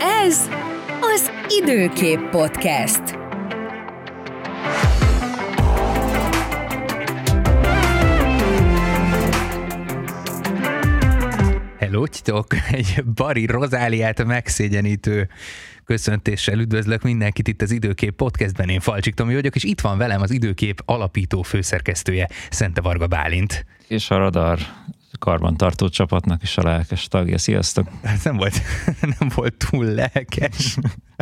Ez az Időkép Podcast. Hello-csitok! Egy Bari Rozáliát megszégyenítő köszöntéssel üdvözlök mindenkit itt az Időkép Podcastben. Én Falcsik Tomi vagyok, és itt van velem az Időkép alapító főszerkesztője, Szente Varga Bálint. És a Radar karbantartó csapatnak is a lelkes tagja. Sziasztok! Nem volt túl lelkes.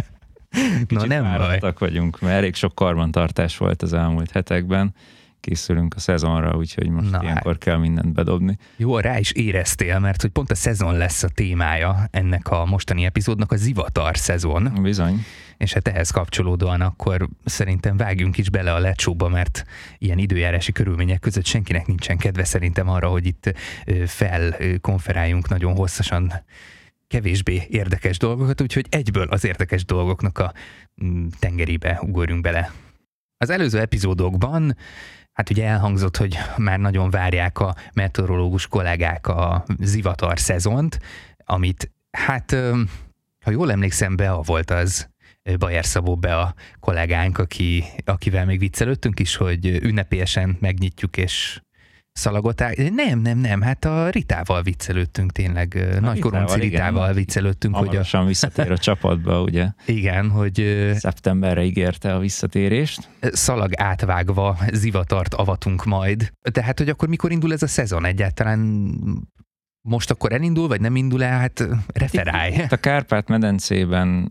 Kicsit nem baj. vagyunk, mert elég sok karbantartás volt az elmúlt hetekben. Készülünk a szezonra, úgyhogy most ilyenkor kell mindent bedobni. Jó, rá is éreztél, mert hogy pont a szezon lesz a témája ennek a mostani epizódnak, a zivatar szezon. Bizony. És hát ehhez kapcsolódóan akkor szerintem vágjunk is bele a lecsóba, mert ilyen időjárási körülmények között senkinek nincsen kedve szerintem arra, hogy itt felkonferáljunk nagyon hosszasan kevésbé érdekes dolgokat, úgyhogy egyből az érdekes dolgoknak a tengerébe ugorjunk bele. Az előző epizódokban hát ugye elhangzott, hogy már nagyon várják a meteorológus kollégák a zivatar szezont, amit hát, ha jól emlékszem, Bea volt az, Bajer Szabó Bea kollégánk, akivel még viccelődtünk is, hogy ünnepélyesen megnyitjuk és szalagoták. Nem, hát a Ritával viccelődtünk tényleg, Nagykoronci Ritával viccelődtünk. Hamarosan visszatér a csapatba, ugye? Igen, hogy szeptemberre ígérte a visszatérést. Szalag átvágva zivatart avatunk majd. Tehát, hogy akkor mikor indul ez a szezon egyáltalán? Most akkor elindul, vagy nem indul el? Hát referálj. Itt a Kárpát-medencében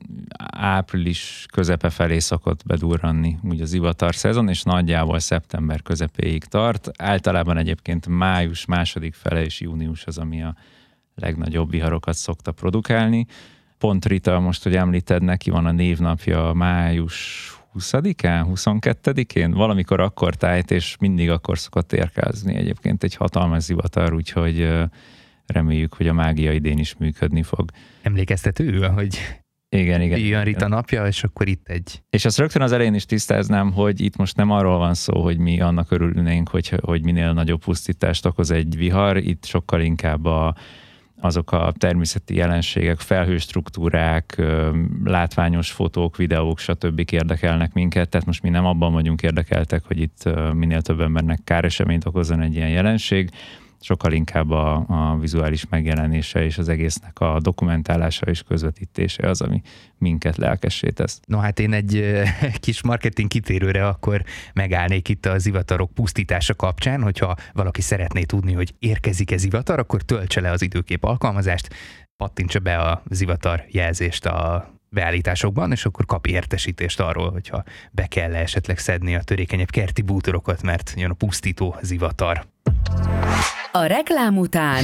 április közepe felé szokott bedurranni úgy a zivatar szezon, és nagyjából szeptember közepéig tart. Általában egyébként május második fele és június az, ami a legnagyobb viharokat szokta produkálni. Pont Rita, most, hogy említed, neki van a névnapja május 20-án, 22-én, valamikor akkor tájt, és mindig akkor szokott érkezni egyébként egy hatalmas zivatar, úgyhogy reméljük, hogy a mágia idén is működni fog. Emlékeztető, hogy igen. Jön Rita napja, és akkor itt egy... És azt rögtön az elején is tisztáznám, hogy itt most nem arról van szó, hogy mi annak örülnénk, hogy minél nagyobb pusztítást okoz egy vihar, itt sokkal inkább azok a természeti jelenségek, felhőstruktúrák, látványos fotók, videók, stb. Érdekelnek minket, tehát most mi nem abban vagyunk érdekeltek, hogy itt minél több embernek káreseményt okozzon egy ilyen jelenség, sokkal inkább a vizuális megjelenése és az egésznek a dokumentálása és közvetítése az, ami minket lelkessé tesz. No hát én egy kis marketing kitérőre akkor megállnék itt a zivatarok pusztítása kapcsán, hogyha valaki szeretné tudni, hogy érkezik-e zivatar, akkor töltse le az Időkép alkalmazást, pattintsa be a zivatar jelzést a beállításokban, és akkor kap értesítést arról, hogyha be kell esetleg szedni a törékenyebb kerti bútorokat, mert jön a pusztító zivatar. A reklám után.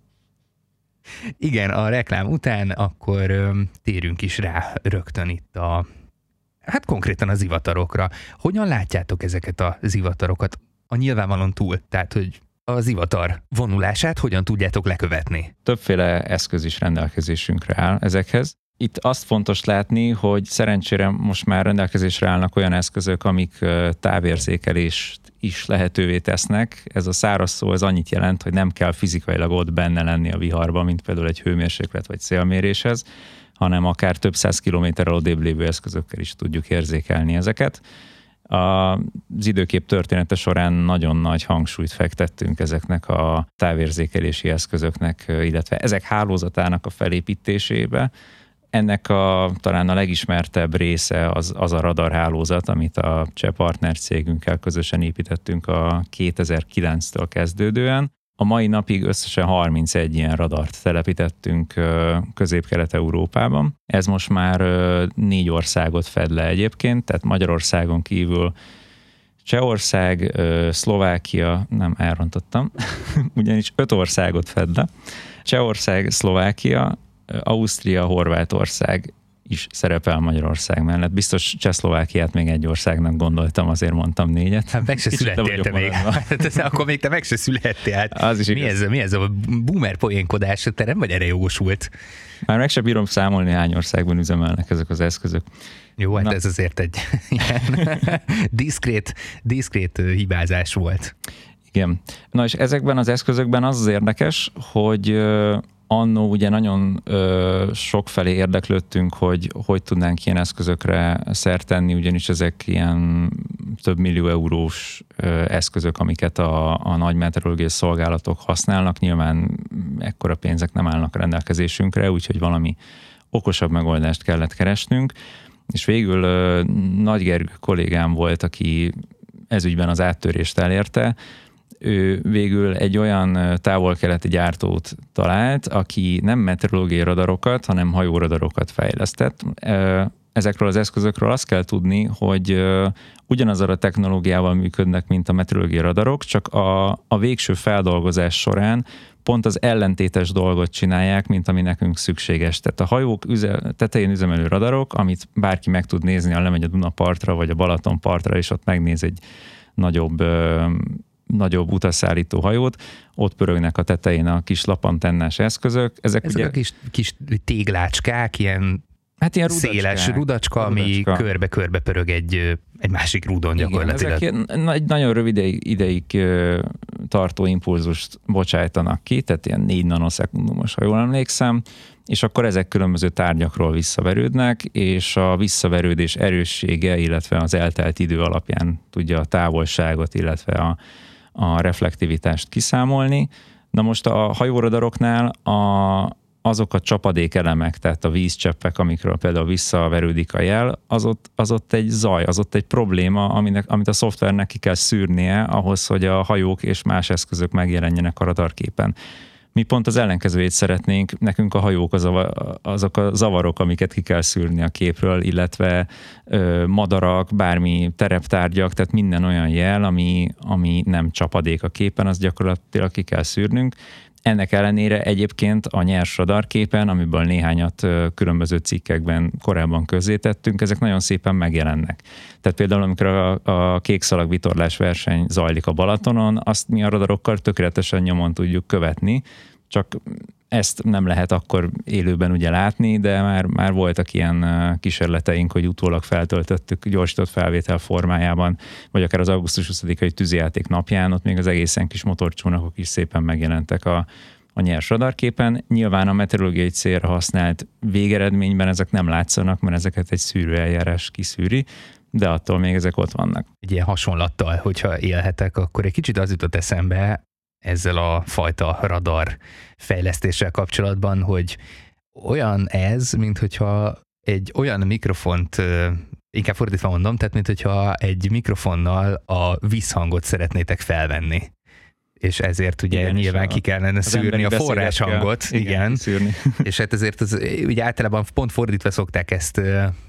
Igen, a reklám után akkor térjünk is rá rögtön itt hát konkrétan a zivatarokra. Hogyan látjátok ezeket a zivatarokat a nyilvánvalóan túl? Tehát, hogy a zivatar vonulását hogyan tudjátok lekövetni? Többféle eszköz is rendelkezésünkre áll ezekhez. Itt azt fontos látni, hogy szerencsére most már rendelkezésre állnak olyan eszközök, amik távérzékelést is lehetővé tesznek. Ez a száraz szó, ez annyit jelent, hogy nem kell fizikailag ott benne lenni a viharban, mint például egy hőmérséklet vagy szélméréshez, hanem akár több száz kilométerrel odébb lévő eszközökkel is tudjuk érzékelni ezeket. Az Időkép története során nagyon nagy hangsúlyt fektettünk ezeknek a távérzékelési eszközöknek, illetve ezek hálózatának a felépítésébe. Ennek talán a legismertebb része az a radarhálózat, amit a cseh partnercégünkkel közösen építettünk a 2009-től kezdődően. A mai napig összesen 31 ilyen radart telepítettünk Közép-Kelet-Európában. Ez most már 4 országot fed le egyébként, tehát Magyarországon kívül Csehország, Szlovákia, nem, elrontottam, ugyanis 5 országot fed le. Csehország, Szlovákia, Ausztria, Horvátország is szerepel Magyarország mellett. Biztos Csehszlovákiát még egy országnak gondoltam, azért mondtam 4-et. Hát meg se születtél te még. Akkor még te meg se születtél. Hát az is mi ez a boomer poénkodás? Te nem vagy erre jogosult. Már meg se bírom számolni, hány országban üzemelnek ezek az eszközök. Jó, hát ez azért egy ilyen diszkrét hibázás volt. Igen. Na és ezekben az eszközökben az érdekes, hogy Annó ugye nagyon sokfelé érdeklődtünk, hogy tudnánk ilyen eszközökre szert tenni, ugyanis ezek ilyen több millió eurós eszközök, amiket a nagy meteorológiai szolgálatok használnak. Nyilván ekkora pénzek nem állnak rendelkezésünkre, úgyhogy valami okosabb megoldást kellett keresnünk. És végül Nagy Gergő kollégám volt, aki ezügyben az áttörést elérte. Ő végül egy olyan távol-keleti gyártót talált, aki nem meteorológiai radarokat, hanem hajóradarokat fejlesztett. Ezekről az eszközökről azt kell tudni, hogy ugyanazzal a technológiával működnek, mint a meteorológiai radarok, csak a végső feldolgozás során pont az ellentétes dolgot csinálják, mint ami nekünk szükséges. Tehát a hajók tetején üzemelő radarok, amit bárki meg tud nézni, ha lemegy a Duna partra, vagy a Balaton partra, és ott megnéz egy nagyobb utasszállító hajót, ott pörögnek a tetején a kis lapantennás eszközök. Ezek ugye, a kis téglácskák, ilyen széles rudacska, ami körbe-körbe pörög egy másik rúdon gyakorlatilag. Igen, ezek egy nagyon rövid ideig tartó impulzust bocsájtanak ki, tehát ilyen 4 nanoszekundumos, ha jól emlékszem, és akkor ezek különböző tárgyakról visszaverődnek, és a visszaverődés erőssége, illetve az eltelt idő alapján tudja a távolságot, illetve a reflektivitást kiszámolni. Na most a hajóradaroknál azok a csapadékelemek, tehát a vízcseppek, amikről például visszaverődik a jel, az ott egy zaj, az ott egy probléma, amit a szoftvernek ki kell szűrnie ahhoz, hogy a hajók és más eszközök megjelenjenek a radarképen. Mi pont az ellenkezőjét szeretnénk, nekünk a hajók azok a zavarok, amiket ki kell szűrni a képről, illetve madarak, bármi tereptárgyak, tehát minden olyan jel, ami nem csapadék a képen, az gyakorlatilag ki kell szűrnünk. Ennek ellenére egyébként a nyers radarképen, amiből néhányat különböző cikkekben korábban közzétettünk, ezek nagyon szépen megjelennek. Tehát például amikor a kékszalag vitorlás verseny zajlik a Balatonon, azt mi a radarokkal tökéletesen nyomon tudjuk követni, csak ezt nem lehet akkor élőben ugye látni, de már voltak ilyen kísérleteink, hogy utólag feltöltöttük gyorsított felvétel formájában, vagy akár az augusztus 20-ai tűzijáték napján, ott még az egészen kis motorcsónakok is szépen megjelentek a nyers radarképen. Nyilván a meteorológiai célra használt végeredményben ezek nem látszanak, mert ezeket egy szűrőeljárás kiszűri, de attól még ezek ott vannak. Egy ilyen hasonlattal, hogyha élhetek, akkor egy kicsit az jutott eszembe ezzel a fajta radar fejlesztéssel kapcsolatban, hogy olyan ez, mint hogyha egy olyan mikrofont, inkább fordítva mondom, tehát mint hogyha egy mikrofonnal a vízhangot szeretnétek felvenni. És ezért ugye igen, nyilván ki kellene szűrni a forráshangot. Igen. Szűrni. És hát ezért ugye általában pont fordítva szokták ezt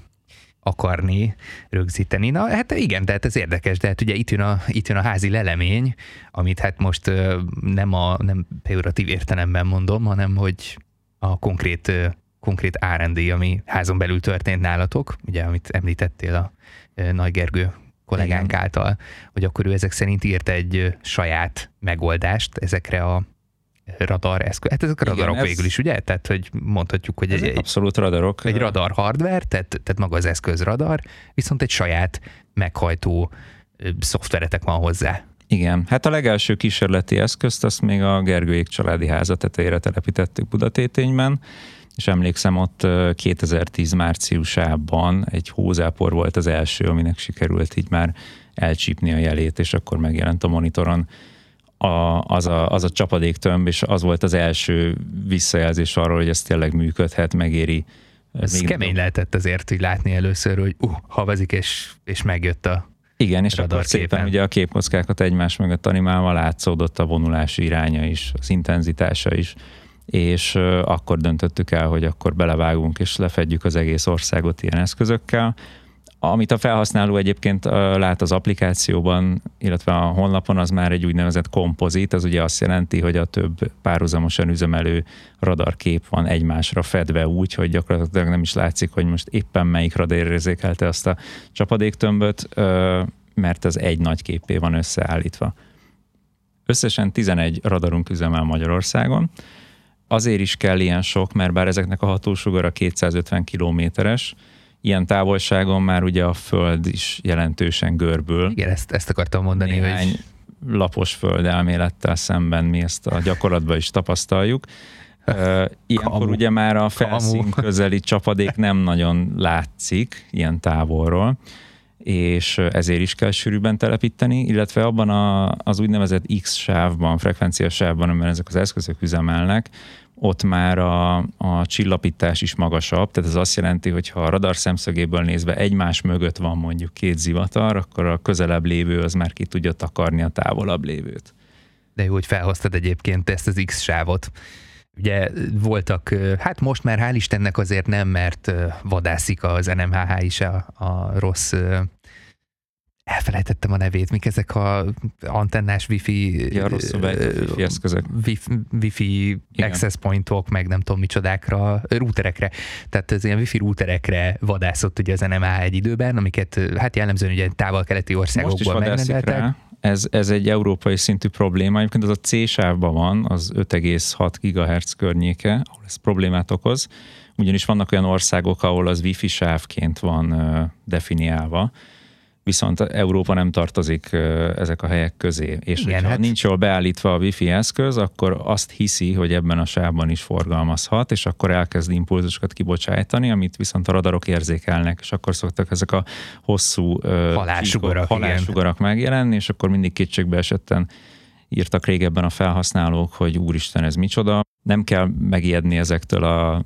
akarni rögzíteni. Na hát igen, tehát ez érdekes, de hát ugye itt jön a házi lelemény, amit hát most nem pejoratív értelemben mondom, hanem hogy a konkrét R&D, ami házon belül történt nálatok, ugye amit említettél a Nagy Gergő kollégánk által, hogy akkor ő ezek szerint írt egy saját megoldást ezekre a radar eszköz. Hát ezek a radarok végül is, ugye? Tehát, hogy mondhatjuk, hogy egy abszolút radarok. Egy radar hardware, tehát maga az eszköz radar, viszont egy saját meghajtó szoftveretek van hozzá. Igen, hát a legelső kísérleti eszközt azt még a Gergőék családi háza tetejére telepítettük Budatétényben, és emlékszem, ott 2010 márciusában egy hózápor volt az első, aminek sikerült így már elcsípni a jelét, és akkor megjelent a monitoron az a csapadéktömb, és az volt az első visszajelzés arról, hogy ez tényleg működhet, megéri. Ez kemény lehetett azért, hogy látni először, hogy havazik, és megjött a igen, és akkor szépen ugye a képkockákat egymás mögött animálva látszódott a vonulási iránya is, az intenzitása is, és akkor döntöttük el, hogy akkor belevágunk, és lefedjük az egész országot ilyen eszközökkel. Amit a felhasználó egyébként lát az applikációban, illetve a honlapon, az már egy úgynevezett kompozit, az ugye azt jelenti, hogy a több párhuzamosan üzemelő radarkép van egymásra fedve úgy, hogy gyakorlatilag nem is látszik, hogy most éppen melyik radar érzékelte azt a csapadéktömböt, mert ez egy nagy képpé van összeállítva. Összesen 11 radarunk üzemel Magyarországon. Azért is kell ilyen sok, mert bár ezeknek a hatósugara 250 kilométeres, ilyen távolságon már ugye a Föld is jelentősen görbül. Igen, ezt akartam mondani, néhány hogy lapos földelmélettel szemben mi ezt a gyakorlatban is tapasztaljuk, Ilyenkor ugye már a felszín közeli csapadék nem nagyon látszik ilyen távolról, és ezért is kell sűrűbben telepíteni, illetve abban az úgynevezett X sávban, frekvencia sávban, amiben ezek az eszközök üzemelnek, ott már a csillapítás is magasabb, tehát ez azt jelenti, hogy ha a radar szemszögéből nézve egymás mögött van mondjuk két zivatar, akkor a közelebb lévő az már ki tudja takarni a távolabb lévőt. De jó, hogy felhoztad egyébként ezt az X-sávot. Ugye voltak, hát most már hál' Istennek azért nem, mert vadászik az NMHH is a rossz, elfelejtettem a nevét, mik ezek a antennás wifi, rosszul bejtett wifi eszközök. Wifi access pointok, meg nem tudom micsodákra, routerekre. Tehát az ilyen wifi routerekre vadászott ugye az NMHH egy időben, amiket hát jellemzően ugye távol-keleti országokból megrendeltek. Ez egy európai szintű probléma. Egyébként az a C sávban van, az 5,6 GHz környéke, ahol ez problémát okoz. Ugyanis vannak olyan országok, ahol az wifi sávként van definiálva, viszont Európa nem tartozik ezek a helyek közé. És igen, ha nincs jól beállítva a wifi eszköz, akkor azt hiszi, hogy ebben a sávban is forgalmazhat, és akkor elkezd impulzusokat kibocsájtani, amit viszont a radarok érzékelnek, és akkor szoktak ezek a hosszú halálsugarak megjelenni, és akkor mindig kétségbe esetten írtak régebben a felhasználók, hogy úristen, ez micsoda. Nem kell megijedni ezektől a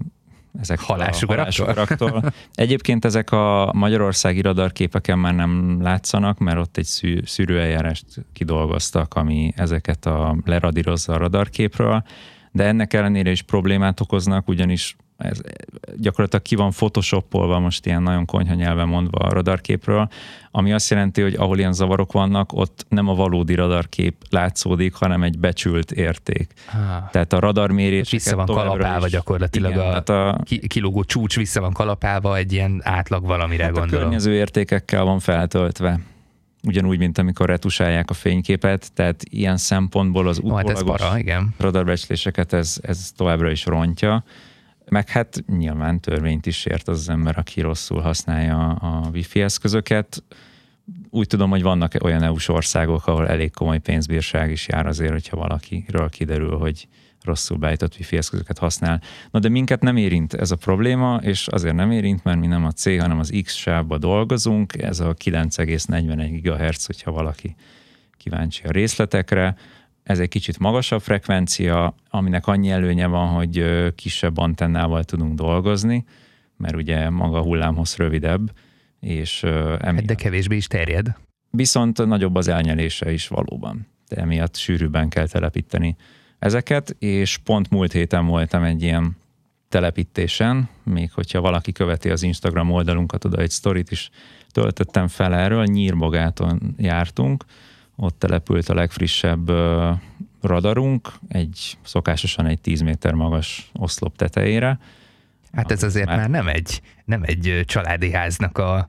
halálsugaraktól. Egyébként ezek a magyarországi radarképeken már nem látszanak, mert ott egy szűrőeljárást kidolgoztak, ami ezeket leradírozza a radarképről, de ennek ellenére is problémát okoznak, ugyanis ez gyakorlatilag ki van photoshopolva, most ilyen nagyon konyha nyelven mondva a radarképről, ami azt jelenti, hogy ahol ilyen zavarok vannak, ott nem a valódi radarkép látszódik, hanem egy becsült érték. Tehát a radarméréseket vissza van kalapálva gyakorlatilag, igen, kilógó csúcs vissza van kalapálva egy ilyen átlag valamire, hát gondolom. A környező értékekkel van feltöltve. Ugyanúgy, mint amikor retusálják a fényképet, tehát ilyen szempontból az utólagos radarbecsléseket ez továbbra is rontja. Meg hát nyilván törvényt is ért az ember, aki rosszul használja a wifi eszközöket. Úgy tudom, hogy vannak olyan EU-s országok, ahol elég komoly pénzbírság is jár azért, hogyha valakiről kiderül, hogy rosszul beállított wifi eszközöket használ. Na de minket nem érint ez a probléma, és azért nem érint, mert mi nem a C, hanem az X sávba dolgozunk. Ez a 9,41 GHz, hogyha valaki kíváncsi a részletekre. Ez egy kicsit magasabb frekvencia, aminek annyi előnye van, hogy kisebb antennával tudunk dolgozni, mert ugye maga a hullámhossz rövidebb, és emiatt... De kevésbé is terjed. Viszont nagyobb az elnyelése is valóban, de emiatt sűrűbben kell telepíteni ezeket, és pont múlt héten voltam egy ilyen telepítésen, még hogyha valaki követi az Instagram oldalunkat, oda egy sztorit is töltöttem fel erről, Nyírbogáton jártunk, ott települt a legfrissebb radarunk, szokásosan egy 10 méter magas oszlop tetejére. Hát ez azért már nem egy családi háznak a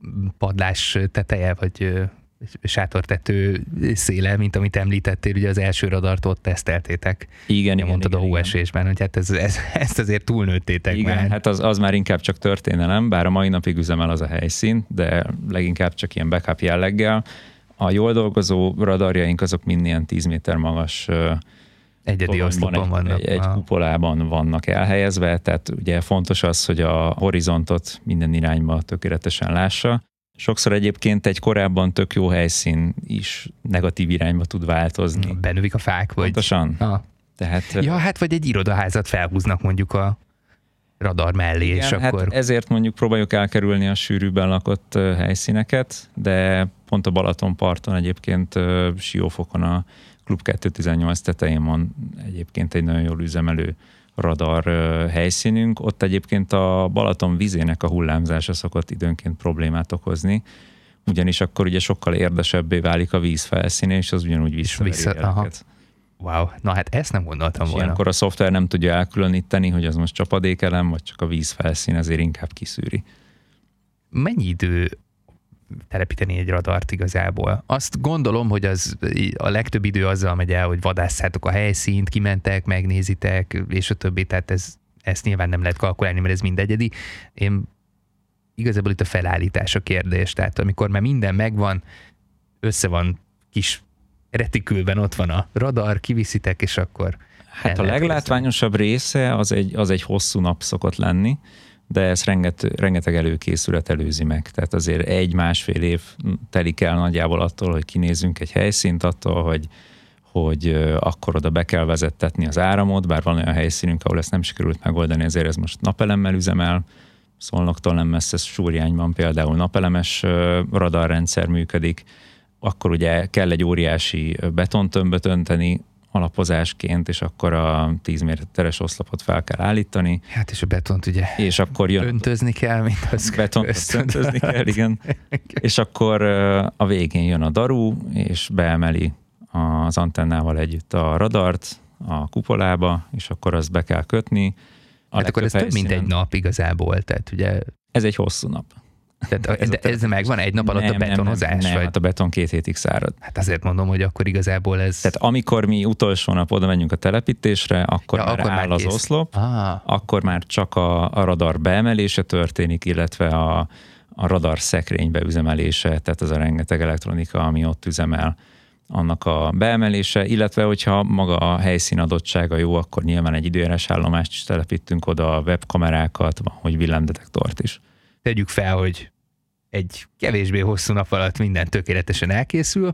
padlás teteje, vagy sátortető széle, mint amit említettél, ugye az első radart ott teszteltétek. Igen, mondtad a hóesésben, hogy hát ezt azért túlnőttétek. Igen, már. Hát az már inkább csak történelem, bár a mai napig üzemel az a helyszín, de leginkább csak ilyen backup jelleggel. A jól dolgozó radarjaink azok mind ilyen 10 méter magas egyedi oszlopon vannak. Egy kupolában vannak elhelyezve, tehát ugye fontos az, hogy a horizontot minden irányba tökéletesen lássa. Sokszor egyébként egy korábban tök jó helyszín is negatív irányba tud változni. Benövik a fák, vagy... Pontosan. Hát vagy egy irodaházat felhúznak mondjuk a radar mellé, igen, és akkor... Hát ezért mondjuk próbáljuk elkerülni a sűrűbben lakott helyszíneket, de pont a Balatonparton egyébként Siófokon a Klub 218 tetején van egyébként egy nagyon jól üzemelő radar helyszínünk. Ott egyébként a Balaton vizének a hullámzása szokott időnként problémát okozni, ugyanis akkor ugye sokkal érdesebbé válik a víz felszíne, és az ugyanúgy visszaveri jeleket. Wow, na hát ezt nem gondoltam volna. Ilyenkor a szoftver nem tudja elkülöníteni, hogy az most csapadékelem, vagy csak a víz felszín, ezért inkább kiszűri. Mennyi idő telepíteni egy radart igazából? Azt gondolom, hogy a legtöbb idő azzal megy el, hogy vadásszátok a helyszínt, kimentek, megnézitek, és a többi, tehát ezt nyilván nem lehet kalkulálni, mert ez mind egyedi. Én igazából itt a felállítás a kérdés, tehát amikor már minden megvan, össze van kis retikülben, ott van a radar, kiviszitek, és akkor Hát a leglátványosabb része az egy hosszú nap szokott lenni, de ez rengeteg előkészület előzi meg. Tehát azért 1-1,5 év telik el nagyjából attól, hogy kinézzünk egy helyszínt, attól, hogy akkor oda be kell vezettetni az áramot, bár van olyan helyszínünk, ahol ezt nem sikerült megoldani, ezért ez most napelemmel üzemel. Szolnoktól nem messze Súrjányban például napelemes radarrendszer működik, akkor ugye kell egy óriási betontömböt önteni alapozásként, és akkor a 10 méteres oszlopot fel kell állítani. Hát és a betont ugye és akkor öntözni kell, mint az betont öntözni kell, igen. És akkor a végén jön a daru, és beemeli az antennával együtt a radart a kupolába, és akkor azt be kell kötni. Hát akkor ez több mint egy nap igazából, tehát ugye... Ez egy hosszú nap. Tehát ez megvan egy nap alatt a betonozás? Nem, vagy? hát a beton 2 hétig szárad. Hát azért mondom, hogy akkor igazából ez... Tehát amikor mi utolsó nap oda menjünk a telepítésre, akkor már akkor áll már az oszlop, akkor már csak a radar beemelése történik, illetve a radar szekrénybe üzemelése, tehát az a rengeteg elektronika, ami ott üzemel, annak a beemelése, illetve hogyha maga a helyszín adottsága jó, akkor nyilván egy időjárás állomást is telepítünk oda, a webkamerákat, hogy villámdetektort is. Tegyük fel, hogy egy kevésbé hosszú nap alatt minden tökéletesen elkészül.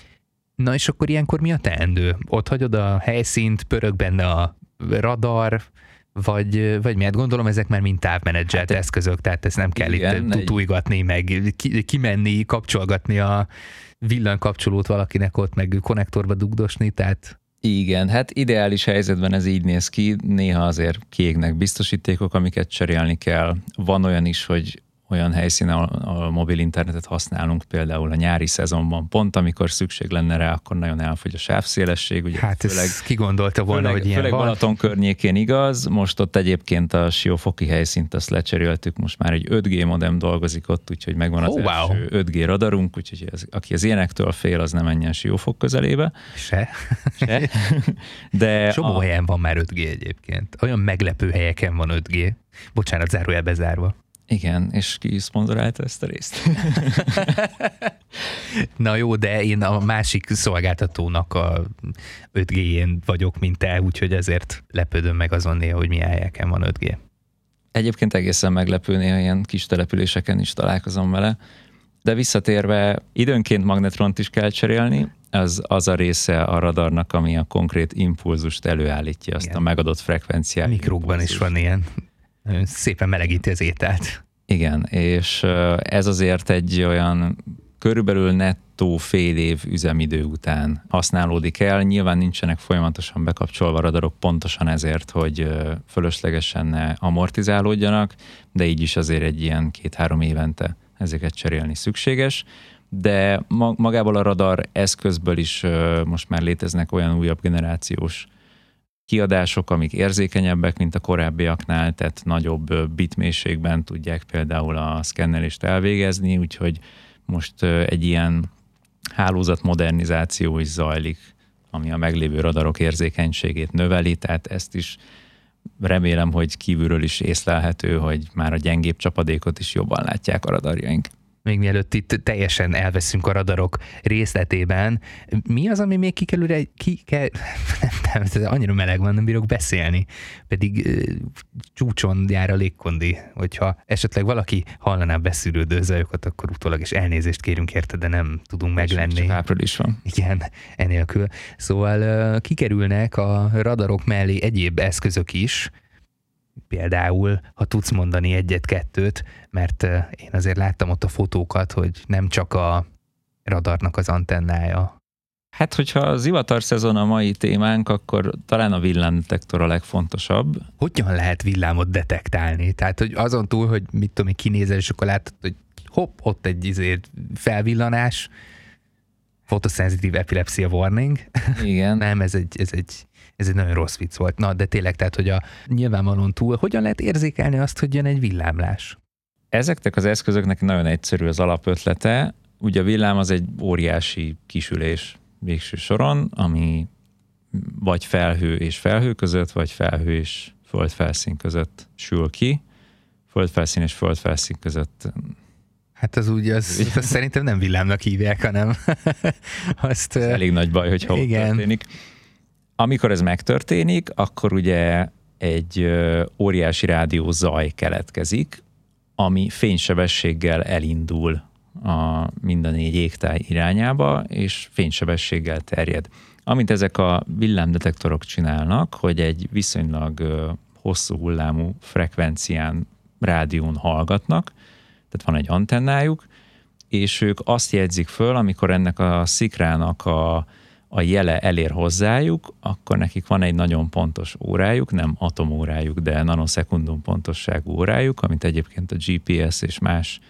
Na és akkor ilyenkor mi a teendő? Ott hagyod a helyszínt, pörög benne a radar, vagy miért gondolom, ezek már mind távmenedzselt eszközök, tehát ezt nem kell itt tutújgatni, meg kimenni, kapcsolgatni a villanykapcsolót valakinek ott, meg konnektorba dugdosni, tehát... Igen, hát ideális helyzetben ez így néz ki, néha azért kiégnek biztosítékok, amiket cserélni kell. Van olyan is, hogy olyan helyszínen, a mobil internetet használunk, például a nyári szezonban, pont amikor szükség lenne rá, akkor nagyon elfogy a sávszélesség. Ugye hát ez ki gondolta volna, hogy ilyen főleg van? Balaton környékén igaz, most ott egyébként a Siófoki helyszínt azt lecseréltük, most már egy 5G modem dolgozik ott, úgyhogy megvan az első 5G radarunk, úgyhogy aki az ilyenektől fél, az nem menjen Siófok közelébe. Se. De Csomó helyen van már 5G egyébként. Olyan meglepő helyeken van 5G. Bocsánat, zárójelbe zárva. Igen, és ki szponzorálta ezt a részt? Na jó, de én a másik szolgáltatónak a 5G-jén vagyok, mint te, úgyhogy ezért lepődöm meg azon néha, hogy milyen helyeken van 5G. Egyébként egészen meglepő, néha ilyen kis településeken is találkozom vele. De visszatérve, időnként magnetront is kell cserélni, az a része a radarnak, ami a konkrét impulzust előállítja, azt a megadott frekvenciát. A mikrókban is van ilyen. Nagyon szépen melegíti az ételt. Igen, és ez azért egy olyan körülbelül nettó fél év üzemidő után használódik el. Nyilván nincsenek folyamatosan bekapcsolva radarok pontosan ezért, hogy fölöslegesen ne amortizálódjanak, de így is azért egy ilyen 2-3 évente ezeket cserélni szükséges. De magából a radar eszközből is most már léteznek olyan újabb generációs kiadások, amik érzékenyebbek, mint a korábbiaknál, tehát nagyobb bitmélységben tudják például a szkennelést elvégezni, úgyhogy most egy ilyen hálózatmodernizáció is zajlik, ami a meglévő radarok érzékenységét növeli, tehát ezt is remélem, hogy kívülről is észlelhető, hogy már a gyengébb csapadékot is jobban látják a radarjaink. Még mielőtt itt teljesen elveszünk a radarok részletében, mi az, ami még nem, annyira meleg van, nem bírok beszélni, pedig csúcson jár a légkondi, hogyha esetleg valaki hallaná beszűrődő zajokat, akkor utólag is elnézést kérünk érte, de nem tudunk meglenni. Csak április van. Igen, enélkül. Szóval kikerülnek a radarok mellé egyéb eszközök is, például, ha tudsz mondani egyet-kettőt, mert én azért láttam ott a fotókat, hogy nem csak a radarnak az antennája. Hát, hogyha a zivatar szezon a mai témánk, akkor talán a villámdetektor a legfontosabb. Hogyan lehet villámot detektálni? Tehát, hogy azon túl, hogy mit tudom, kinézel, és akkor látod, hogy hopp, ott egy felvillanás, photoszenzitív epilepsia warning. Igen. Nem, ez egy nagyon rossz vicc volt. Na, de tényleg, tehát, hogy a nyilvánvalóan túl, hogyan lehet érzékelni azt, hogy jön egy villámlás? Ezeknek az eszközöknek nagyon egyszerű az alapötlete. Ugye a villám az egy óriási kisülés végső soron, ami vagy felhő és felhő között, vagy felhő és földfelszín között sül ki. Földfelszín és földfelszín között. Hát az úgy, az szerintem nem villámnak hívják, hanem azt... Ez elég nagy baj, hogyha ott történik. amikor ez megtörténik, akkor ugye egy óriási rádió zaj keletkezik, ami fénysebességgel elindul mind a 4 égtáj irányába, és fénysebességgel terjed. Amint ezek a villámdetektorok csinálnak, hogy egy viszonylag hosszú hullámú frekvencián, rádión hallgatnak, tehát van egy antennájuk, és ők azt jegyzik föl, amikor ennek a szikrának a jele elér hozzájuk, akkor nekik van egy nagyon pontos órájuk, nem atomórájuk, de nanoszekundum pontosságú órájuk, amit egyébként a GPS és más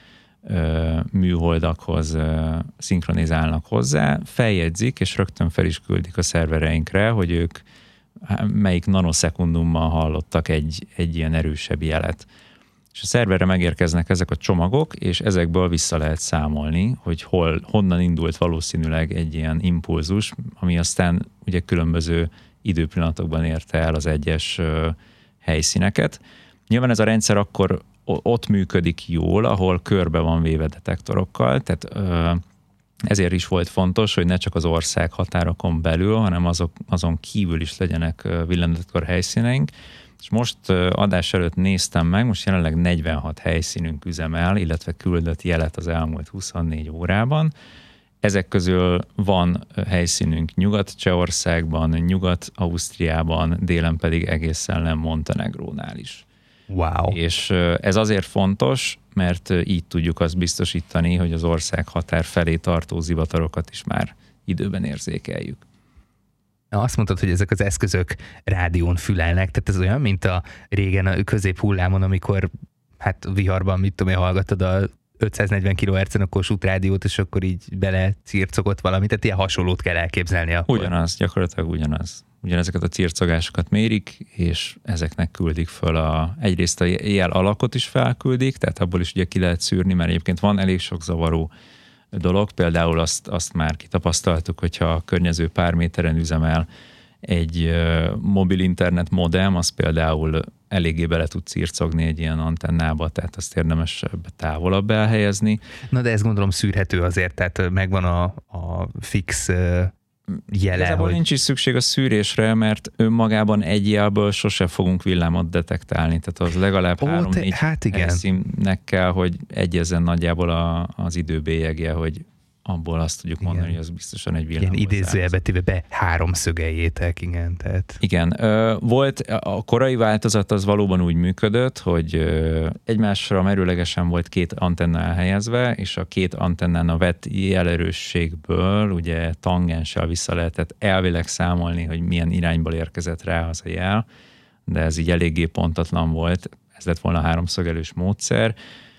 műholdakhoz szinkronizálnak hozzá, feljegyzik, és rögtön fel is küldik a szervereinkre, hogy ők melyik nanoszekundummal hallottak egy ilyen erősebb jelet. És a szerverre megérkeznek ezek a csomagok, és ezekből vissza lehet számolni, hogy honnan indult valószínűleg egy ilyen impulzus, ami aztán ugye különböző időpillanatokban érte el az egyes helyszíneket. Nyilván ez a rendszer akkor ott működik jól, ahol körbe van véve detektorokkal, tehát ezért is volt fontos, hogy ne csak az ország határokon belül, hanem azon kívül is legyenek villámdetektor helyszíneink. És most adás előtt néztem meg, most jelenleg 46 helyszínünk üzemel, illetve küldött jelet az elmúlt 24 órában. Ezek közül van helyszínünk Nyugat-Csehországban, Nyugat-Ausztriában, délen pedig egészen le Montenegrónál is. Wow. És ez azért fontos, mert így tudjuk azt biztosítani, hogy az ország határ felé tartó zivatarokat is már időben érzékeljük. Azt mondtad, hogy ezek az eszközök rádión fülelnek, tehát ez olyan, mint a régen a középhullámon, amikor hát viharban, mit tudom én, hallgattad a 540 kHz-en a Kossuth rádiót, és akkor így bele circogott valamit, tehát ilyen hasonlót kell elképzelni akkor. Ugyanaz, gyakorlatilag ugyanaz. Ugyanezeket a circogásokat mérik, és ezeknek küldik föl egyrészt a jel alakot is felküldik, tehát abból is ugye ki lehet szűrni, mert egyébként van elég sok zavaró dolog, például azt már kitapasztaltuk, hogyha a környező pár méteren üzemel egy mobil internet modem, az például eléggé bele tud circogni egy ilyen antennába, tehát azt érdemes távolabb elhelyezni. Na de ez gondolom szűrhető azért, tehát megvan a fix jele. Igazából hogy... nincs is szükség a szűrésre, mert önmagában egy jelből sose fogunk villámot detektálni, tehát az legalább 3-4 helyszínnek kell, hogy egyezzen nagyjából az időbélyegje, hogy abból azt tudjuk mondani, hogy az biztosan egy villámhoz. Ilyen idézőjelbe téve be háromszögeljétek, igen. Tehát. Igen. Volt, a korai változat az valóban úgy működött, hogy egymásra merőlegesen volt 2 antenna elhelyezve, és a 2 antennán a vett jelerősségből ugye tangenssel vissza lehetett elvileg számolni, hogy milyen irányból érkezett rá az a jel, de ez így eléggé pontatlan volt. Ez lett volna a háromszögelős módszer.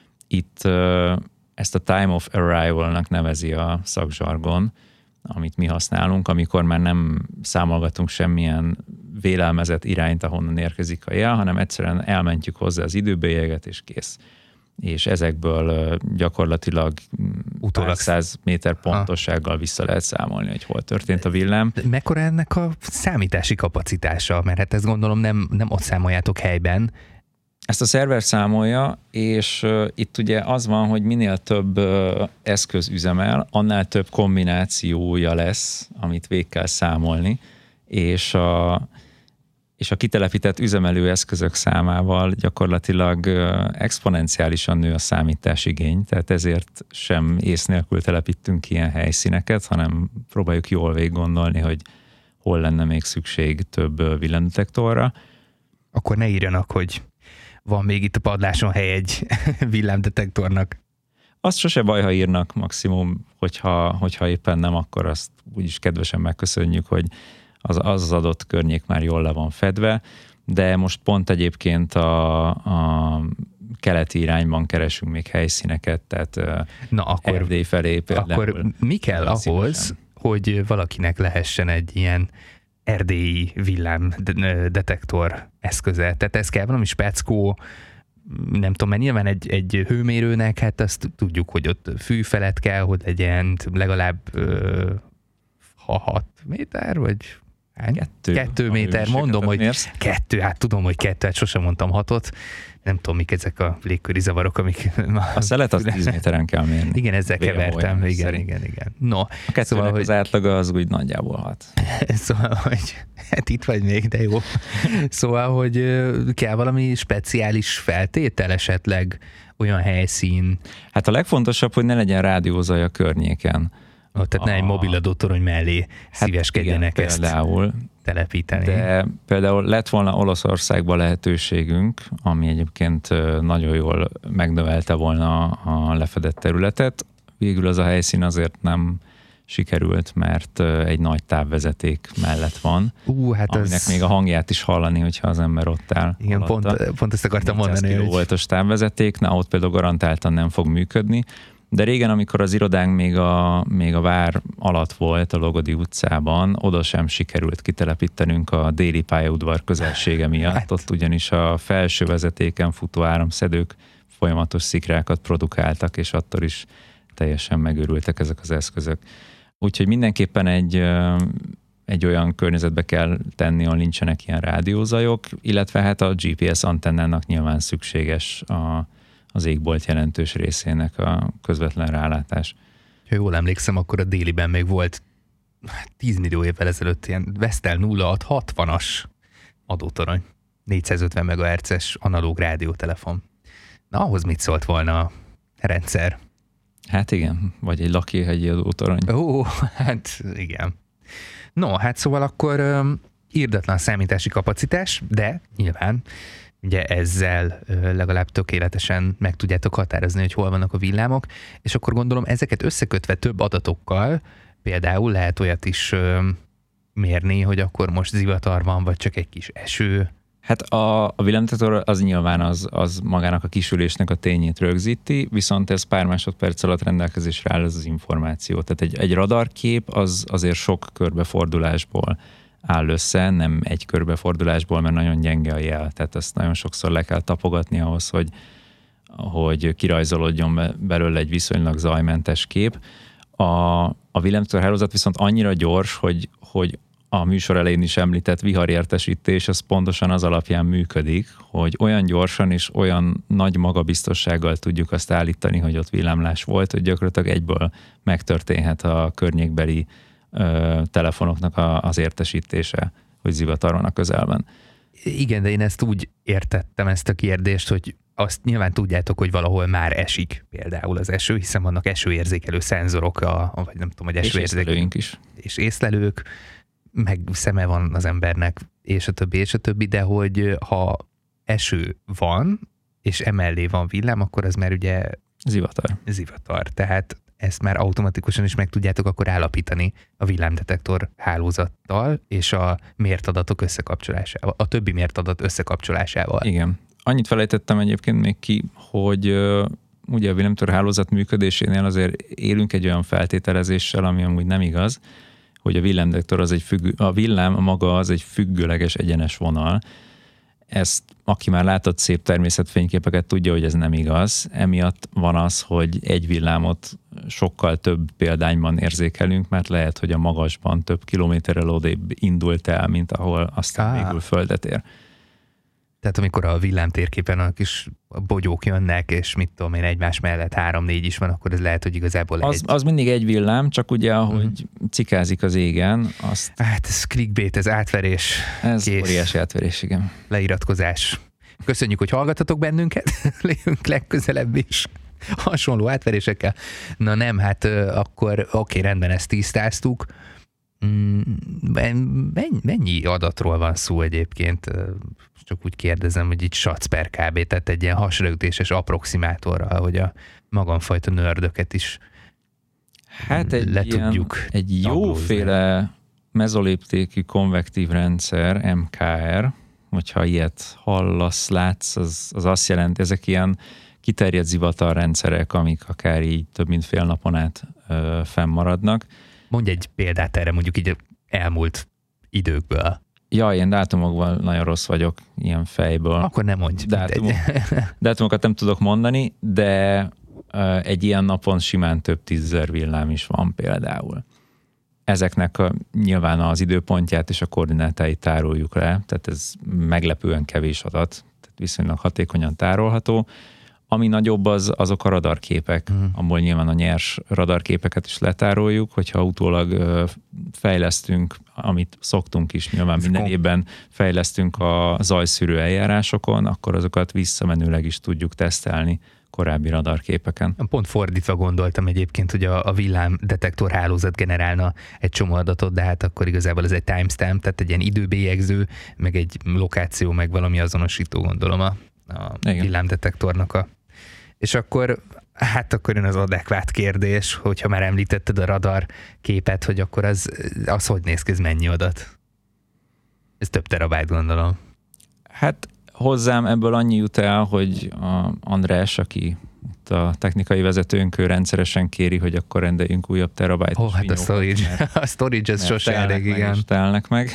Itt ezt a time of arrival-nak nevezi a szakzsargon, amit mi használunk, amikor már nem számolgatunk semmilyen vélelmezett irányt, ahonnan érkezik a jel, hanem egyszerűen elmentjük hozzá az időbélyeget, és kész. És ezekből gyakorlatilag utólag 100 méter pontossággal vissza lehet számolni, hogy hol történt a villám. Mekkora ennek a számítási kapacitása? Mert hát ezt gondolom nem ott számoljátok helyben. Ezt a szerver számolja, és itt ugye az van, hogy minél több eszköz üzemel, annál több kombinációja lesz, amit végig kell számolni, és a kitelepített üzemelő eszközök számával gyakorlatilag exponenciálisan nő a számításigény, tehát ezért sem ész nélkül telepítünk ilyen helyszíneket, hanem próbáljuk jól végig gondolni, hogy hol lenne még szükség több villámdetektorra. Akkor ne írjanak, hogy van még itt a padláson hely egy villámdetektornak. Azt sose baj, ha írnak, maximum, hogyha éppen nem, akkor azt úgyis kedvesen megköszönjük, hogy az adott környék már jól le van fedve, de most pont egyébként a keleti irányban keresünk még helyszíneket, tehát akkor, Erdély felé például. Akkor mi kell ahhoz, hogy valakinek lehessen egy ilyen erdélyi villámdetektor eszköze? Tehát ez kell valami speckó, nem tudom, mert nyilván egy hőmérőnek, hát azt tudjuk, hogy ott fű felett kell, hogy legyen legalább 6 méter, vagy 2 méter, mondom, hogy mérsz. 2, hát tudom, hogy 2, hát sosem mondtam 6-ot. Nem tudom, mik ezek a légköri zavarok, amik... A szelet az 10 méteren kell mérni. Igen, ezzel kevertem. Igen. No, A 2-nek szóval, az átlaga az úgy nagyjából 6. Szóval, hogy hát itt vagy még, de jó. Szóval, hogy kell valami speciális feltétel esetleg, olyan helyszín. Hát a legfontosabb, hogy ne legyen rádiózaj a környéken. Tehát ne egy mobiladótorony mellé szíveskedjenek ezt például telepíteni. De például lett volna Olaszországban lehetőségünk, ami egyébként nagyon jól megnövelte volna a lefedett területet. Végül az a helyszín azért nem sikerült, mert egy nagy távvezeték mellett van, hát aminek még a hangját is hallani, hogyha az ember ott áll. Igen, pont ezt akartam mondani. 400 kV-os távvezeték, ott például garantáltan nem fog működni. De régen, amikor az irodánk még a vár alatt volt, a Logodi utcában, oda sem sikerült kitelepítenünk a déli pályaudvar közelsége miatt. Ott ugyanis a felső vezetéken futó áramszedők folyamatos szikrákat produkáltak, és attól is teljesen megőrültek ezek az eszközök. Úgyhogy mindenképpen egy olyan környezetbe kell tenni, ahol nincsenek ilyen rádiózajok, illetve hát a GPS antennának nyilván szükséges az égbolt jelentős részének a közvetlen rálátás. Ha jól emlékszem, akkor a déliben még volt 10 millió évvel ezelőtt ilyen Vestel 0660-as adótorony. 450 MHz-es analóg rádiótelefon. Na, ahhoz mit szólt volna a rendszer? Hát igen, vagy egy lakóhegyi adótorony. Hát igen. No, hát szóval akkor irdatlan számítási kapacitás, de nyilván ugye ezzel legalább tökéletesen meg tudjátok határozni, hogy hol vannak a villámok, és akkor gondolom ezeket összekötve több adatokkal, például lehet olyat is mérni, hogy akkor most zivatar van, vagy csak egy kis eső. Hát a villámdetektor az nyilván az magának a kisülésnek a tényét rögzíti, viszont ez pár másodperc alatt rendelkezésre áll ez az információ. Tehát egy radarkép az azért sok körbefordulásból áll össze, nem egy körbefordulásból, mert nagyon gyenge a jel. Tehát ezt nagyon sokszor le kell tapogatni ahhoz, hogy kirajzolódjon belőle egy viszonylag zajmentes kép. A villámdetektor hálózat viszont annyira gyors, hogy a műsor elején is említett viharértesítés, az pontosan az alapján működik, hogy olyan gyorsan és olyan nagy magabiztossággal tudjuk azt állítani, hogy ott villámlás volt, hogy gyakorlatilag egyből megtörténhet a környékbeli telefonoknak az értesítése, hogy zivatar van a közelben. Igen, de én ezt úgy értettem, ezt a kérdést, hogy azt nyilván tudjátok, hogy valahol már esik például az eső, hiszen vannak esőérzékelő szenzorok, vagy nem tudom, hogy esőérzékelőink is. És észlelők, meg szeme van az embernek, és a többi, de hogy ha eső van, és emellé van villám, akkor az már ugye zivatar. Tehát ezt már automatikusan is meg tudjátok akkor állapítani a villámdetektor hálózattal, és a mért adatok összekapcsolásával, a többi mért adat összekapcsolásával. Igen. Annyit felejtettem egyébként még ki, hogy ugye a villámdetektor hálózat működésénél azért élünk egy olyan feltételezéssel, ami amúgy nem igaz, hogy a villámdetektor a villám maga az egy függőleges egyenes vonal. Ezt, aki már látott szép természetfényképeket, tudja, hogy ez nem igaz. Emiatt van az, hogy egy villámot sokkal több példányban érzékelünk, mert lehet, hogy a magasban több kilométerrel odébb indult el, mint ahol aztán végül földet ér. Tehát amikor a villámtérképen a kis bogyók jönnek, és mit tudom én, egymás mellett 3-4 is van, akkor ez lehet, hogy igazából az mindig egy villám, csak ugye, ahogy cikázik az égen, azt... Hát ez clickbait, ez átverés. Ez óriási átverés, igen. Leiratkozás. Köszönjük, hogy hallgatatok bennünket, lévünk legközelebb is hasonló átverésekkel. Na nem, hát akkor oké, rendben, ezt tisztáztuk. Mennyi adatról van szó egyébként? Csak úgy kérdezem, hogy így satsz per kb. Tehát egy ilyen hasraütéses approximátorral, hogy a magamfajta nördöket is tudjuk. Egy jóféle mezoléptékű konvektív rendszer, MKR, hogyha ilyet hallasz, látsz, az azt jelenti, ezek ilyen kiterjedt zivatarrendszerek, amik akár így több mint fél napon át fennmaradnak. Mondj egy példát erre, mondjuk így elmúlt időkből. Ja, ilyen dátumokban nagyon rossz vagyok, ilyen fejből. Akkor nem mondj. Dátumokat nem tudok mondani, de egy ilyen napon simán több 10 000 villám is van például. ezeknek nyilván az időpontját és a koordinátáit tároljuk le, tehát ez meglepően kevés adat, tehát viszonylag hatékonyan tárolható. Ami nagyobb, azok a radarképek, abból nyilván a nyers radarképeket is letároljuk, hogyha utólag fejlesztünk, amit szoktunk is, nyilván minden évben fejlesztünk a zajszűrő eljárásokon, akkor azokat visszamenőleg is tudjuk tesztelni korábbi radarképeken. Pont fordítva gondoltam egyébként, hogy a villámdetektor hálózat generálna egy csomó adatot, de hát akkor igazából ez egy timestamp, tehát egy ilyen időbélyegző, meg egy lokáció, meg valami azonosító, gondolom a villámdetektornak És akkor jön az adekvát kérdés, hogyha már említetted a radar képet, hogy akkor az hogy néz ki, ez mennyi adat? Ez több terabájt, gondolom. Hát hozzám ebből annyi jut el, hogy András, aki itt a technikai vezetőnk, ő rendszeresen kéri, hogy akkor rendeljünk újabb terabájtos hát a storage ez sose elég, igen. Telnek meg.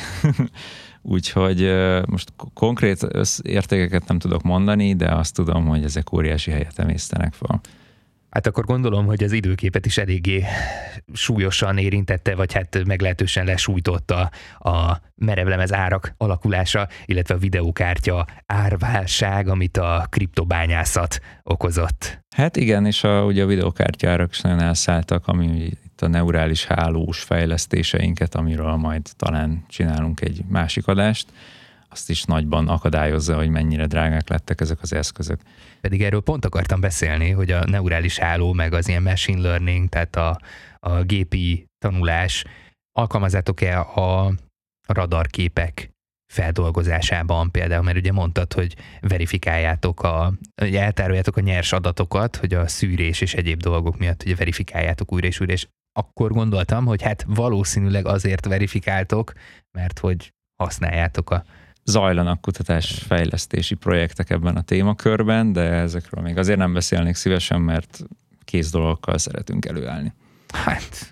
Úgyhogy most konkrét értékeket nem tudok mondani, de azt tudom, hogy ezek óriási helyet emésztenek fel. Hát akkor gondolom, hogy az időképet is eléggé súlyosan érintette, vagy hát meglehetősen lesújtotta a merevlemez árak alakulása, illetve a videókártya árválság, amit a kriptobányászat okozott. Hát igen, és ugye a videókártya árak is nagyon elszálltak, ami itt a neurális hálós fejlesztéseinket, amiről majd talán csinálunk egy másik adást, azt is nagyban akadályozza, hogy mennyire drágák lettek ezek az eszközök. Pedig erről pont akartam beszélni, hogy a neurális háló, meg az ilyen machine learning, tehát a gépi tanulás, alkalmazzátok-e a radarképek feldolgozásában például, mert ugye mondtad, hogy verifikáljátok, eltároljátok a nyers adatokat, hogy a szűrés és egyéb dolgok miatt ugye verifikáljátok újra és újra, és akkor gondoltam, hogy hát valószínűleg azért verifikáltok, mert hogy használjátok Zajlanak kutatásfejlesztési projektek ebben a témakörben, de ezekről még azért nem beszélnék szívesen, mert kész dolgokkal szeretünk előállni. Hát,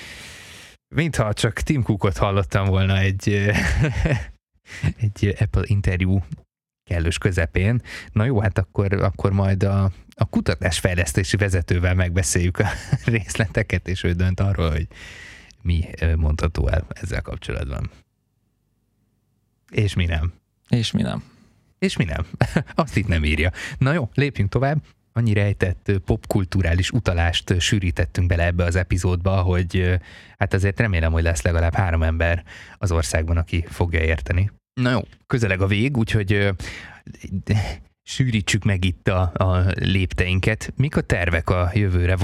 mintha csak Tim Cookot hallottam volna egy Apple interjú kellős közepén. Na jó, hát akkor majd a kutatásfejlesztési vezetővel megbeszéljük a részleteket, és ő dönt arról, hogy mi mondható el ezzel kapcsolatban. És mi nem. És mi nem. És mi nem. Azt itt nem írja. Na jó, lépjünk tovább. Annyi rejtett popkulturális utalást sűrítettünk bele ebbe az epizódba, hogy hát azért remélem, hogy lesz legalább 3 ember az országban, aki fogja érteni. Na jó, közeleg a vég, úgyhogy sűrítsük meg itt a lépteinket. Mik a tervek a jövőre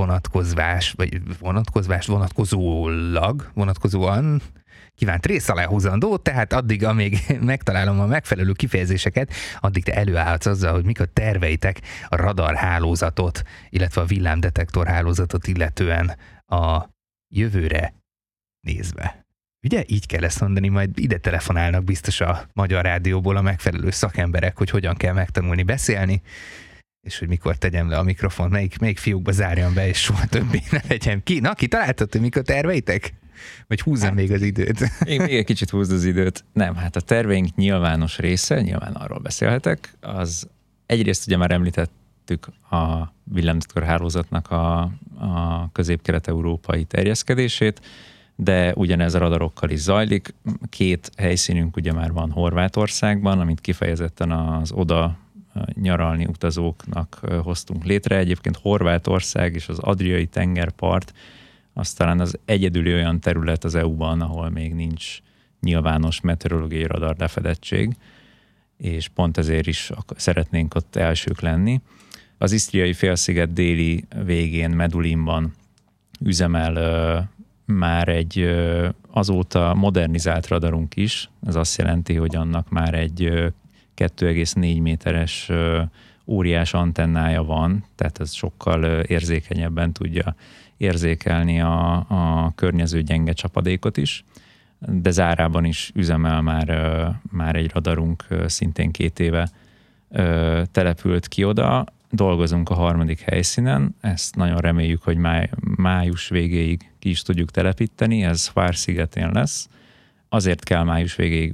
vonatkozóan kívánt rész alá húzandó, tehát addig, amíg megtalálom a megfelelő kifejezéseket, addig te előállhatsz azzal, hogy mik a terveitek a radarhálózatot, illetve a villámdetektor hálózatot illetően a jövőre nézve. Ugye így kell ezt mondani, majd ide telefonálnak biztos a Magyar Rádióból a megfelelő szakemberek, hogy hogyan kell megtanulni beszélni, és hogy mikor tegyem le a mikrofon, melyik fiúkba zárjam be, és soha többé ne legyen ki. Na, kitaláltad, hogy mik a terveitek? Vagy húzzam még az időt? Még egy kicsit húzd az időt. Nem, hát a terveink nyilvános része, nyilván arról beszélhetek, az egyrészt ugye már említettük a villámdetektor hálózatnak a közép-kelet-európai terjeszkedését, de ugyanez a radarokkal is zajlik. 2 helyszínünk ugye már van Horvátországban, amit kifejezetten az oda nyaralni utazóknak hoztunk létre. Egyébként Horvátország és az Adriai tengerpart az talán az egyedüli olyan terület az EU-ban, ahol még nincs nyilvános meteorológiai radar lefedettség, és pont ezért is szeretnénk ott elsők lenni. Az Isztriai félsziget déli végén, Medulinban üzemel már egy azóta modernizált radarunk is. Ez azt jelenti, hogy annak már egy 2,4 méteres óriás antennája van, tehát ez sokkal érzékenyebben tudja érzékelni a környező gyenge csapadékot is, de zárában is üzemel már egy radarunk, szintén 2 éve települt ki oda. Dolgozunk a 3. helyszínen, ezt nagyon reméljük, hogy május végéig ki is tudjuk telepíteni, ez Hvar szigetén lesz. Azért kell május végéig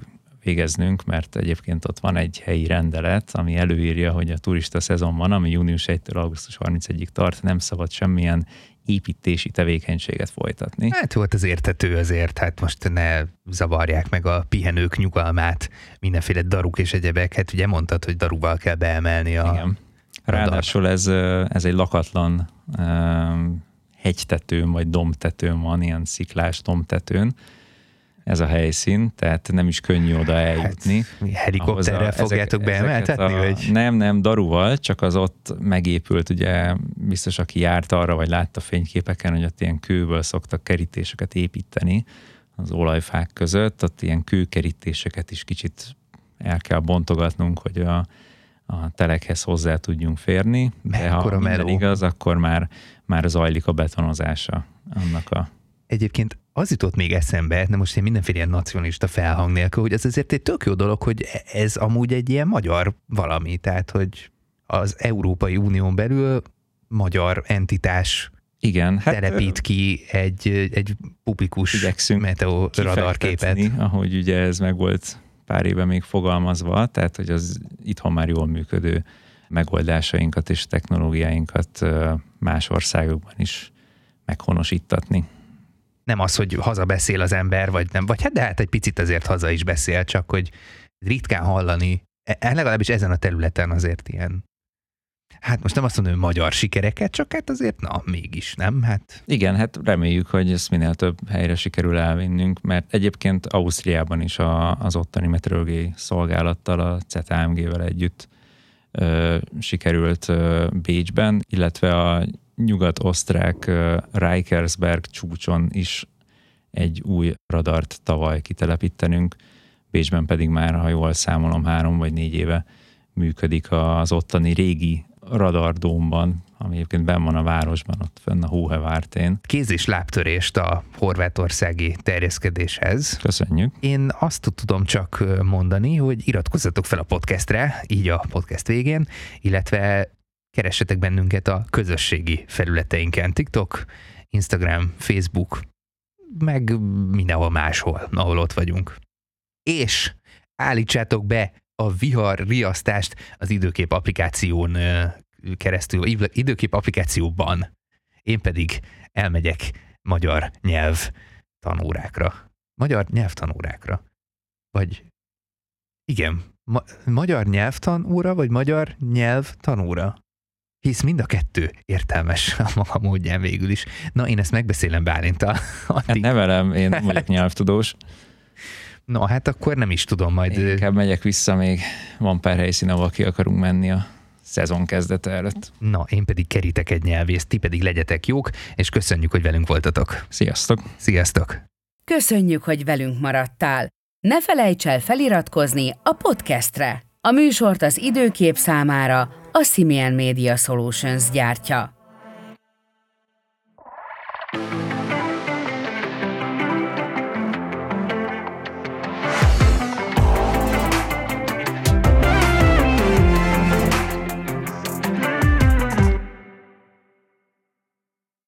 végeznünk, mert egyébként ott van egy helyi rendelet, ami előírja, hogy a turista szezonban, ami június 1-től augusztus 31-ig tart, nem szabad semmilyen építési tevékenységet folytatni. Hát volt az értető azért, hát most ne zavarják meg a pihenők nyugalmát, mindenféle daruk és egyebek, hát ugye mondtad, hogy daruval kell beemelni a... Igen. Ráadásul ez egy lakatlan hegytetőn vagy dombtetőn van, ilyen sziklás dombtetőn, ez a helyszín, tehát nem is könnyű oda eljutni. Hát, helikopterrel fogjátok beemeltetni? Vagy? Nem, daruval, csak az ott megépült, ugye biztos aki járt arra, vagy látta fényképeken, hogy ott ilyen kőből szoktak kerítéseket építeni az olajfák között, ott ilyen kőkerítéseket is kicsit el kell bontogatnunk, hogy a telekhez hozzá tudjunk férni, de ha minden igaz, akkor már zajlik a betonozása annak a... Egyébként az jutott még eszembe, de most én mindenféle ilyen nacionalista felhang nélkül, hogy ez azért egy tök jó dolog, hogy ez amúgy egy ilyen magyar valami, tehát hogy az Európai Unión belül magyar entitás telepít ki egy publikus meteoradarképet. Ahogy ugye ez meg volt pár éve még fogalmazva, tehát hogy az itthon már jól működő megoldásainkat és technológiáinkat más országokban is meghonosítatni. Nem az, hogy haza beszél az ember, vagy nem, vagy hát de hát egy picit azért haza is beszél, csak hogy ritkán hallani, legalábbis ezen a területen azért ilyen, hát most nem azt mondom, hogy magyar sikereket, csak hát azért mégis, nem? Hát... Igen, hát reméljük, hogy ezt minél több helyre sikerül elvinnünk, mert egyébként Ausztriában is az ottani meteorológiai szolgálattal, a ZAMG-vel együtt sikerült Bécsben, illetve a nyugat-osztrák Reikersberg csúcson is egy új radart tavaly kitelepítenünk. Bécsben pedig már, ha jól számolom, 3 vagy 4 éve működik az ottani régi radardómban, ami egyébként benn van a városban, ott fönn a Hóhevártén. Kéz- és lábtörést a horvátországi terjeszkedéshez. Köszönjük. Én azt tudom csak mondani, hogy iratkozzatok fel a podcastre, így a podcast végén, illetve keressetek bennünket a közösségi felületeinken, TikTok, Instagram, Facebook, meg mindenhol máshol, ahol ott vagyunk. És állítsátok be a vihar riasztást az Időkép applikáción keresztül, Időkép applikációban. Én pedig elmegyek magyar nyelvtanórákra. Magyar nyelvtanórákra. Vagy igen, magyar nyelvtanóra, vagy magyar nyelvtanóra? Hisz mind a kettő értelmes a maga módján végül is. Na, én ezt megbeszélem Bálinttal. Hát ne velem, én vagyok nyelvtudós. No, hát akkor nem is tudom majd. Én inkább megyek vissza, még van pár helyszín, ahol ki akarunk menni a szezon kezdete előtt. Na, én pedig kerítek egy nyelvészt, ti pedig legyetek jók, és köszönjük, hogy velünk voltatok. Sziasztok! Sziasztok! Köszönjük, hogy velünk maradtál. Ne felejts el feliratkozni a podcastre. A műsort az Időkép számára a Simian Media Solutions gyártja.